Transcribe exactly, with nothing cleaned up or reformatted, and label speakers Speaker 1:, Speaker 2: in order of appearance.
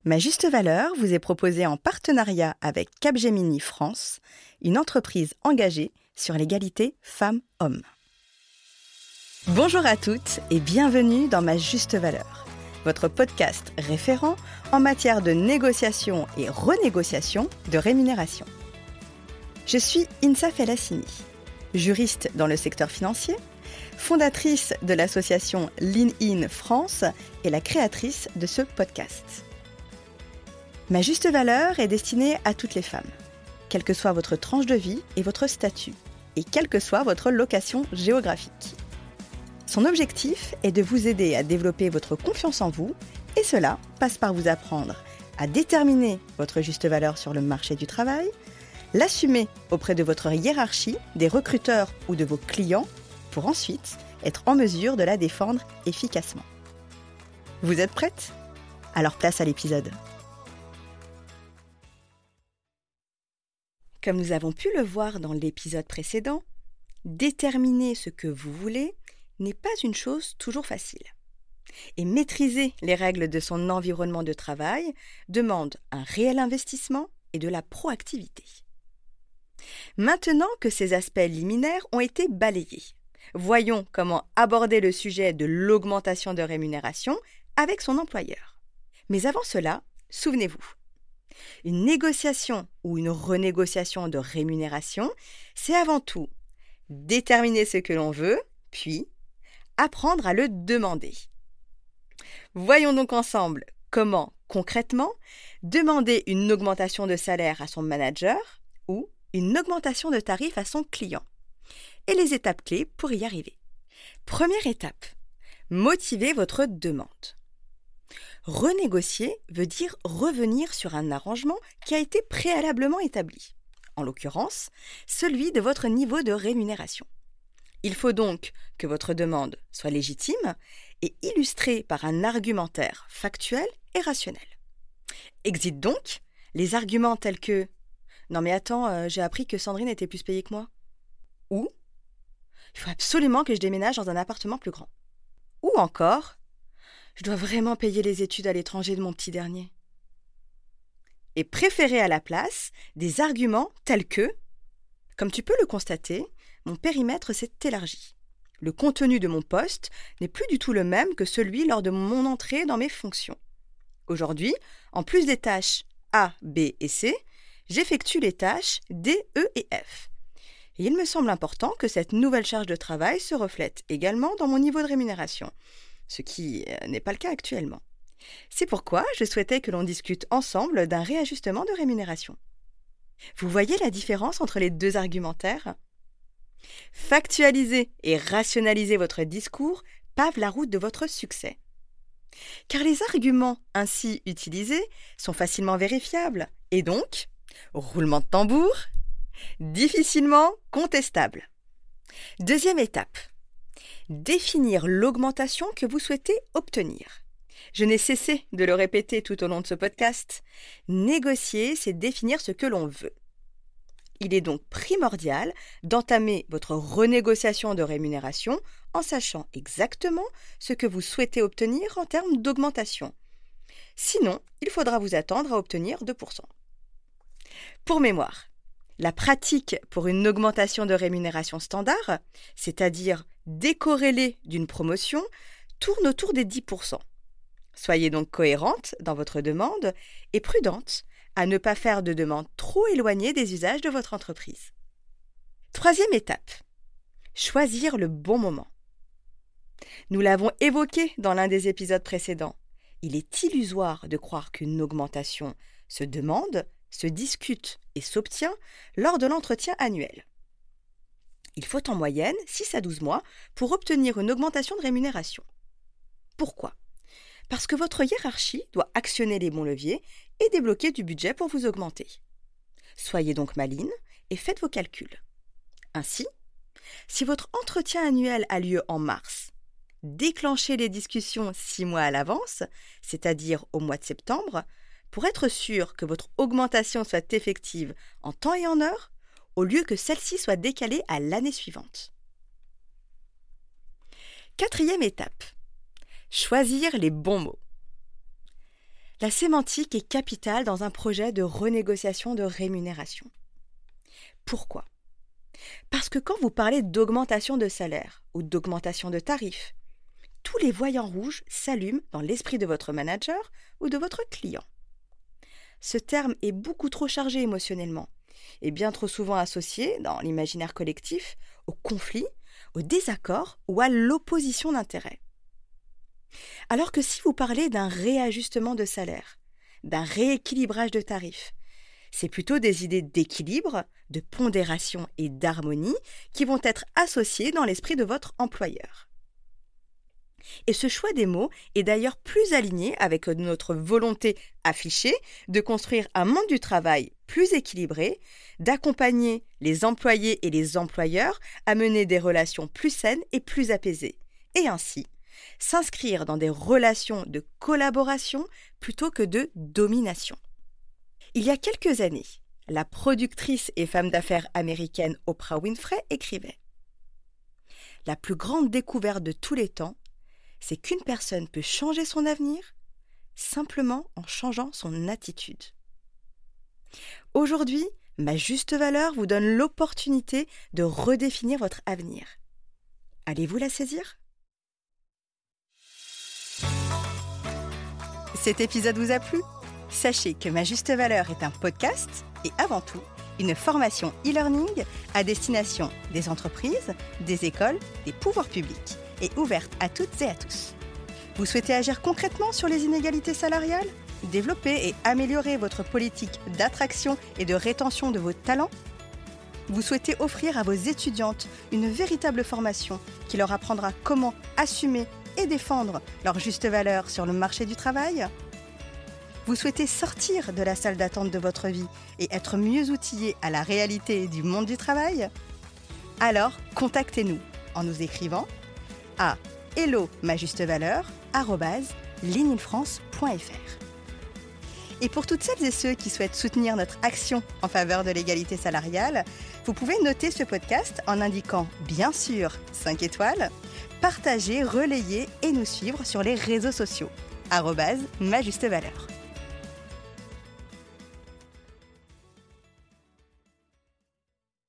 Speaker 1: Ma juste valeur vous est proposée en partenariat avec Capgemini France, une entreprise engagée sur l'égalité femmes-hommes. Bonjour à toutes et bienvenue dans Ma juste valeur, votre podcast référent en matière de négociation et renégociation de rémunération. Je suis Insa Felassini, juriste dans le secteur financier, fondatrice de l'association Lean In France et la créatrice de ce podcast. Ma juste valeur est destinée à toutes les femmes, quelle que soit votre tranche de vie et votre statut, et quelle que soit votre location géographique. Son objectif est de vous aider à développer votre confiance en vous, et cela passe par vous apprendre à déterminer votre juste valeur sur le marché du travail, l'assumer auprès de votre hiérarchie, des recruteurs ou de vos clients, pour ensuite être en mesure de la défendre efficacement. Vous êtes prête ? Alors place à l'épisode. Comme nous avons pu le voir dans l'épisode précédent, déterminer ce que vous voulez n'est pas une chose toujours facile. Et maîtriser les règles de son environnement de travail demande un réel investissement et de la proactivité. Maintenant que ces aspects liminaires ont été balayés, voyons comment aborder le sujet de l'augmentation de rémunération avec son employeur. Mais avant cela, souvenez-vous, une négociation ou une renégociation de rémunération, c'est avant tout déterminer ce que l'on veut, puis apprendre à le demander. Voyons donc ensemble comment, concrètement, demander une augmentation de salaire à son manager ou une augmentation de tarif à son client, et les étapes clés pour y arriver. Première étape, motiver votre demande. Renégocier veut dire revenir sur un arrangement qui a été préalablement établi, en l'occurrence, celui de votre niveau de rémunération. Il faut donc que votre demande soit légitime et illustrée par un argumentaire factuel et rationnel. Exit donc les arguments tels que « Non mais attends, euh, j'ai appris que Sandrine était plus payée que moi » ou « Il faut absolument que je déménage dans un appartement plus grand » ou encore « Je dois vraiment payer les études à l'étranger de mon petit dernier » et préférer à la place des arguments tels que « Comme tu peux le constater, mon périmètre s'est élargi. Le contenu de mon poste n'est plus du tout le même que celui lors de mon entrée dans mes fonctions. Aujourd'hui, en plus des tâches A, B et C, j'effectue les tâches D, E et F. Et il me semble important que cette nouvelle charge de travail se reflète également dans mon niveau de rémunération, ce qui n'est pas le cas actuellement. C'est pourquoi je souhaitais que l'on discute ensemble d'un réajustement de rémunération. » Vous voyez la différence entre les deux argumentaires ? Factualiser et rationaliser votre discours pave la route de votre succès. Car les arguments ainsi utilisés sont facilement vérifiables et donc, roulement de tambour, difficilement contestables. Deuxième étape, définir l'augmentation que vous souhaitez obtenir. Je n'ai cessé de le répéter tout au long de ce podcast. Négocier, c'est définir ce que l'on veut. Il est donc primordial d'entamer votre renégociation de rémunération en sachant exactement ce que vous souhaitez obtenir en termes d'augmentation. Sinon, il faudra vous attendre à obtenir deux pour cent. Pour mémoire, la pratique pour une augmentation de rémunération standard, c'est-à-dire décorrélée d'une promotion, tourne autour des dix pour cent. Soyez donc cohérente dans votre demande et prudente à ne pas faire de demandes trop éloignées des usages de votre entreprise. Troisième étape, choisir le bon moment. Nous l'avons évoqué dans l'un des épisodes précédents. Il est illusoire de croire qu'une augmentation se demande, se discute et s'obtient lors de l'entretien annuel. Il faut en moyenne six à douze mois pour obtenir une augmentation de rémunération. Pourquoi ? Parce que votre hiérarchie doit actionner les bons leviers et débloquer du budget pour vous augmenter. Soyez donc maligne et faites vos calculs. Ainsi, si votre entretien annuel a lieu en mars, déclenchez les discussions six mois à l'avance, c'est-à-dire au mois de septembre, pour être sûr que votre augmentation soit effective en temps et en heure, au lieu que celle-ci soit décalée à l'année suivante. Quatrième étape, choisir les bons mots. La sémantique est capitale dans un projet de renégociation de rémunération. Pourquoi ? Parce que quand vous parlez d'augmentation de salaire ou d'augmentation de tarifs, tous les voyants rouges s'allument dans l'esprit de votre manager ou de votre client. Ce terme est beaucoup trop chargé émotionnellement et bien trop souvent associé, dans l'imaginaire collectif, au conflit, au désaccord ou à l'opposition d'intérêts. Alors que si vous parlez d'un réajustement de salaire, d'un rééquilibrage de tarifs, c'est plutôt des idées d'équilibre, de pondération et d'harmonie qui vont être associées dans l'esprit de votre employeur. Et ce choix des mots est d'ailleurs plus aligné avec notre volonté affichée de construire un monde du travail plus équilibré, d'accompagner les employés et les employeurs à mener des relations plus saines et plus apaisées, et ainsi s'inscrire dans des relations de collaboration plutôt que de domination. Il y a quelques années, la productrice et femme d'affaires américaine Oprah Winfrey écrivait « La plus grande découverte de tous les temps, c'est qu'une personne peut changer son avenir simplement en changeant son attitude. » Aujourd'hui, Ma Juste Valeur vous donne l'opportunité de redéfinir votre avenir. Allez-vous la saisir ? Cet épisode vous a plu ? Sachez que Ma Juste Valeur est un podcast et avant tout, une formation e-learning à destination des entreprises, des écoles, des pouvoirs publics et ouverte à toutes et à tous. Vous souhaitez agir concrètement sur les inégalités salariales ? Développer et améliorer votre politique d'attraction et de rétention de vos talents ? Vous souhaitez offrir à vos étudiantes une véritable formation qui leur apprendra comment assumer et défendre leur juste valeur sur le marché du travail ? Vous souhaitez sortir de la salle d'attente de votre vie et être mieux outillé à la réalité du monde du travail ? Alors, contactez-nous en nous écrivant à hello ma juste valeur arobase lineinfrance point f r. Et pour toutes celles et ceux qui souhaitent soutenir notre action en faveur de l'égalité salariale, vous pouvez noter ce podcast en indiquant bien sûr cinq étoiles, partager, relayer et nous suivre sur les réseaux sociaux arobase ma juste valeur.